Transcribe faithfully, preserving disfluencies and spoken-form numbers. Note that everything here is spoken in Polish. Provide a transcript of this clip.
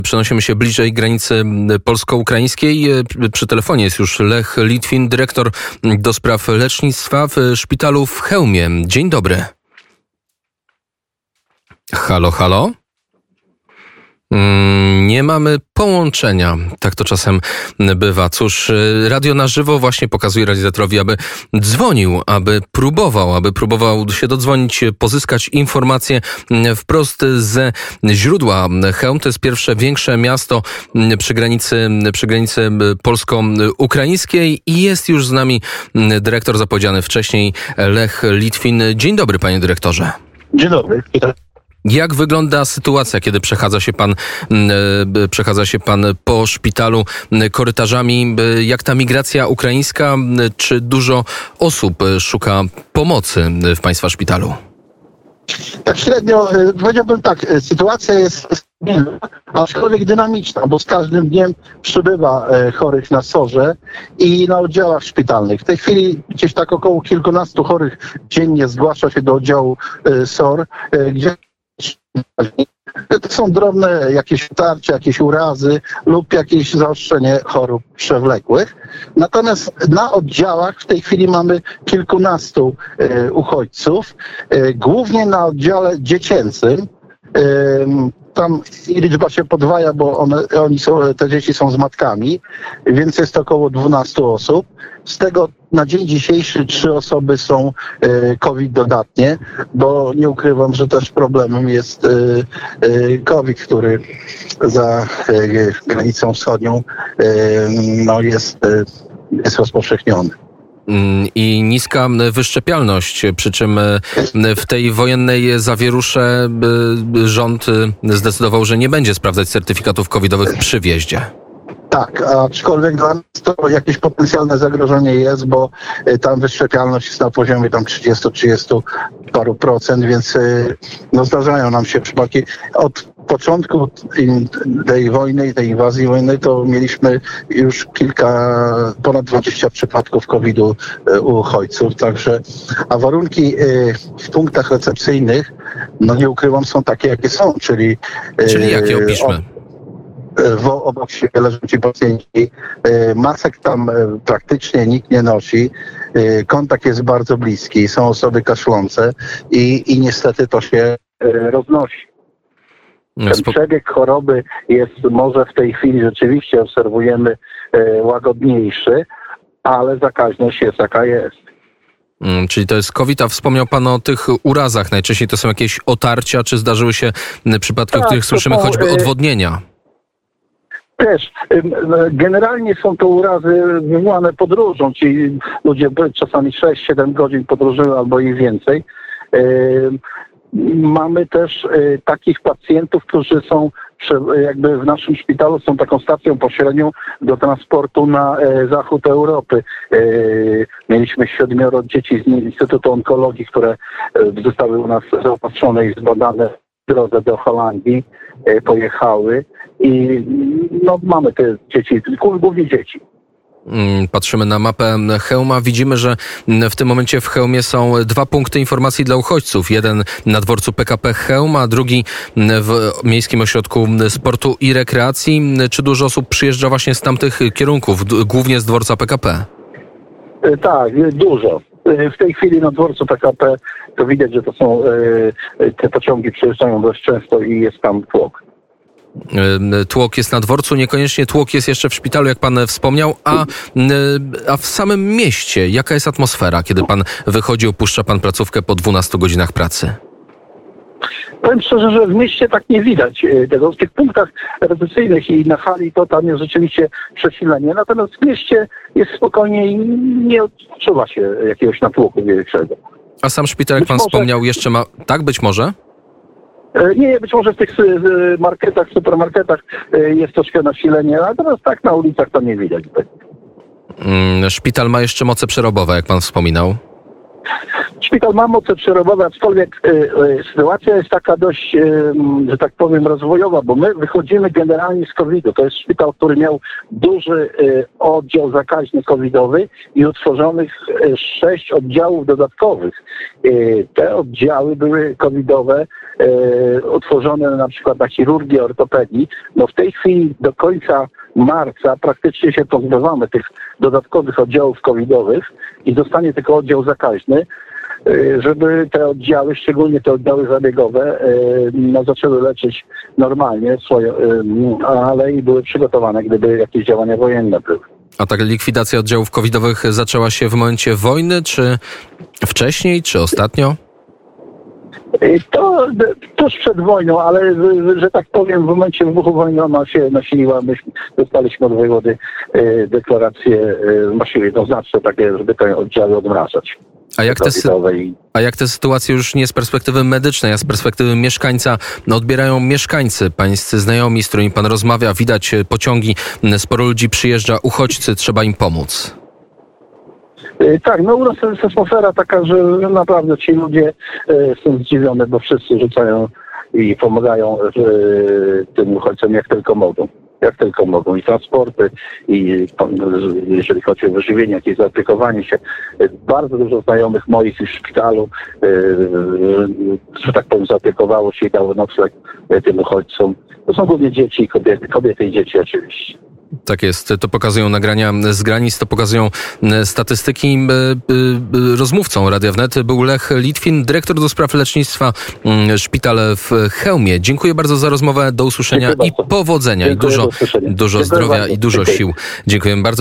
Przenosimy się bliżej granicy polsko-ukraińskiej. Przy telefonie jest już Lech Litwin, dyrektor do spraw lecznictwa w szpitalu w Chełmie. Dzień dobry. Halo, halo? Nie mamy połączenia. Tak to czasem bywa. Cóż, radio na żywo właśnie pokazuje realizatorowi, aby dzwonił, aby próbował, aby próbował się dodzwonić, pozyskać informacje wprost ze źródła. Chełm to jest pierwsze większe miasto przy granicy, przy granicy polsko-ukraińskiej i jest już z nami dyrektor zapowiedziany wcześniej, Lech Litwin. Dzień dobry, panie dyrektorze. Dzień dobry. Jak wygląda sytuacja, kiedy przechadza się pan, przechadza się pan po szpitalu korytarzami? Jak ta migracja ukraińska? Czy dużo osób szuka pomocy w państwa szpitalu? Tak średnio, powiedziałbym tak, sytuacja jest stabilna, aczkolwiek dynamiczna, bo z każdym dniem przybywa chorych na sorze i na oddziałach szpitalnych. W tej chwili gdzieś tak około kilkunastu chorych dziennie zgłasza się do oddziału S O R, gdzie to są drobne jakieś utarcia, jakieś urazy lub jakieś zaostrzenie chorób przewlekłych. Natomiast na oddziałach w tej chwili mamy kilkunastu e, uchodźców, e, głównie na oddziale dziecięcym. E, tam liczba się podwaja, bo one, oni są, te dzieci są z matkami, więc jest około dwunastu osób. Z tego na dzień dzisiejszy trzy osoby są e, COVID dodatnie, bo nie ukrywam, że też problemem jest e, e, COVID, który za e, granicą wschodnią e, no jest, e, jest rozpowszechniony. I niska wyszczepialność, przy czym w tej wojennej zawierusze rząd zdecydował, że nie będzie sprawdzać certyfikatów covidowych przy wjeździe. Tak, aczkolwiek dla nas to jakieś potencjalne zagrożenie jest, bo tam wyszczepialność jest na poziomie tam trzydziestu, trzydziestu paru procent, więc no zdarzają nam się przypadki. Od początku tej wojny, tej inwazji wojennej, to mieliśmy już kilka, ponad dwadzieścia przypadków kowida u uchodźców, także, a warunki w punktach recepcyjnych, no nie ukrywam, są takie, jakie są, czyli... Czyli jakie opiszmy? W, obok siebie leżą ci pacjenci. Masek tam praktycznie nikt nie nosi. Kontakt jest bardzo bliski. Są osoby kaszlące i, i niestety to się roznosi. Ten przebieg choroby jest może w tej chwili rzeczywiście obserwujemy łagodniejszy, ale zakaźność jest jaka jest. Hmm, czyli to jest COVID, a wspomniał pan o tych urazach. Najczęściej to są jakieś otarcia, czy zdarzyły się przypadki, tak, o których słyszymy, są, choćby odwodnienia? Też. Generalnie są to urazy wywołane podróżą, czyli ludzie czasami sześć siedem godzin podróżują albo i więcej. Mamy też takich pacjentów, którzy są jakby w naszym szpitalu, są taką stacją pośrednią do transportu na zachód Europy. Mieliśmy siedmioro dzieci z Instytutu Onkologii, które zostały u nas zaopatrzone i zbadane w drodze do Holandii, pojechały i no, mamy te dzieci, głównie dzieci. Patrzymy na mapę Chełma. Widzimy, że w tym momencie w Chełmie są dwa punkty informacji dla uchodźców. Jeden na dworcu P K P Chełm, a drugi w Miejskim Ośrodku Sportu i Rekreacji. Czy dużo osób przyjeżdża właśnie z tamtych kierunków, głównie z dworca P K P? Tak, dużo. W tej chwili na dworcu P K P to widać, że to są te pociągi przyjeżdżają dość często i jest tam tłok. Tłok jest na dworcu, niekoniecznie tłok jest jeszcze w szpitalu, jak pan wspomniał, a, a w samym mieście jaka jest atmosfera, kiedy pan wychodzi, opuszcza pan placówkę po dwunastu godzinach pracy? Powiem szczerze, że w mieście tak nie widać tego. W tych punktach recepcyjnych i na hali to tam jest rzeczywiście przesilenie, natomiast w mieście jest spokojnie i nie odczuwa się jakiegoś natłoku większego. A sam szpital, jak pan może... wspomniał, jeszcze ma... Tak, być może? Nie, być może w tych marketach, supermarketach jest troszkę nasilenie, natomiast tak na ulicach to nie widać. Szpital ma jeszcze moce przerobowe, jak pan wspominał. Szpital ma moce przerobowe, aczkolwiek y, y, sytuacja jest taka dość, y, że tak powiem, rozwojowa, bo my wychodzimy generalnie z kowida. To jest szpital, który miał duży y, oddział zakaźny covidowy i utworzonych y, sześć oddziałów dodatkowych. Y, te oddziały były covidowe e, utworzone na przykład na chirurgię, ortopedii. No w tej chwili do końca marca praktycznie się pozbywamy tych dodatkowych oddziałów covidowych i zostanie tylko oddział zakaźny, żeby te oddziały, szczególnie te oddziały zabiegowe, no, zaczęły leczyć normalnie swoje, ale i były przygotowane, gdyby jakieś działania wojenne były. A ta likwidacja oddziałów covidowych zaczęła się w momencie wojny, czy wcześniej, czy ostatnio? To tuż przed wojną, ale że tak powiem, w momencie wybuchu wojny ona się nasiliła. Myśmy dostaliśmy od wojewody deklarację właściwie jednoznaczne takie, żeby te oddziały odmrażać. A jak, te, sy- a jak te sytuacje już nie z perspektywy medycznej, a z perspektywy mieszkańca no, odbierają mieszkańcy, pańscy znajomi, z którymi pan rozmawia, widać pociągi, sporo ludzi przyjeżdża, uchodźcy, trzeba im pomóc. Tak, no u nas jest atmosfera taka, że naprawdę ci ludzie są zdziwione, bo wszyscy rzucają i pomagają tym uchodźcom jak tylko mogą. Jak tylko mogą. I transporty, i jeżeli chodzi o wyżywienie, jakieś zaopiekowanie się. Bardzo dużo znajomych moich w szpitalu, że tak powiem, zaopiekowało się i dało nocleg tym uchodźcom. To są głównie dzieci i kobiety, kobiety i dzieci oczywiście. Tak jest, to pokazują nagrania z granic, to pokazują statystyki. Rozmówcą Radia Wnet był Lech Litwin, dyrektor do spraw lecznictwa Szpital w Chełmie. Dziękuję bardzo za rozmowę, do usłyszenia i powodzenia. Dziękuję, i dużo, dużo zdrowia bardzo. I dużo Dziękuję. Sił. Dziękuję bardzo.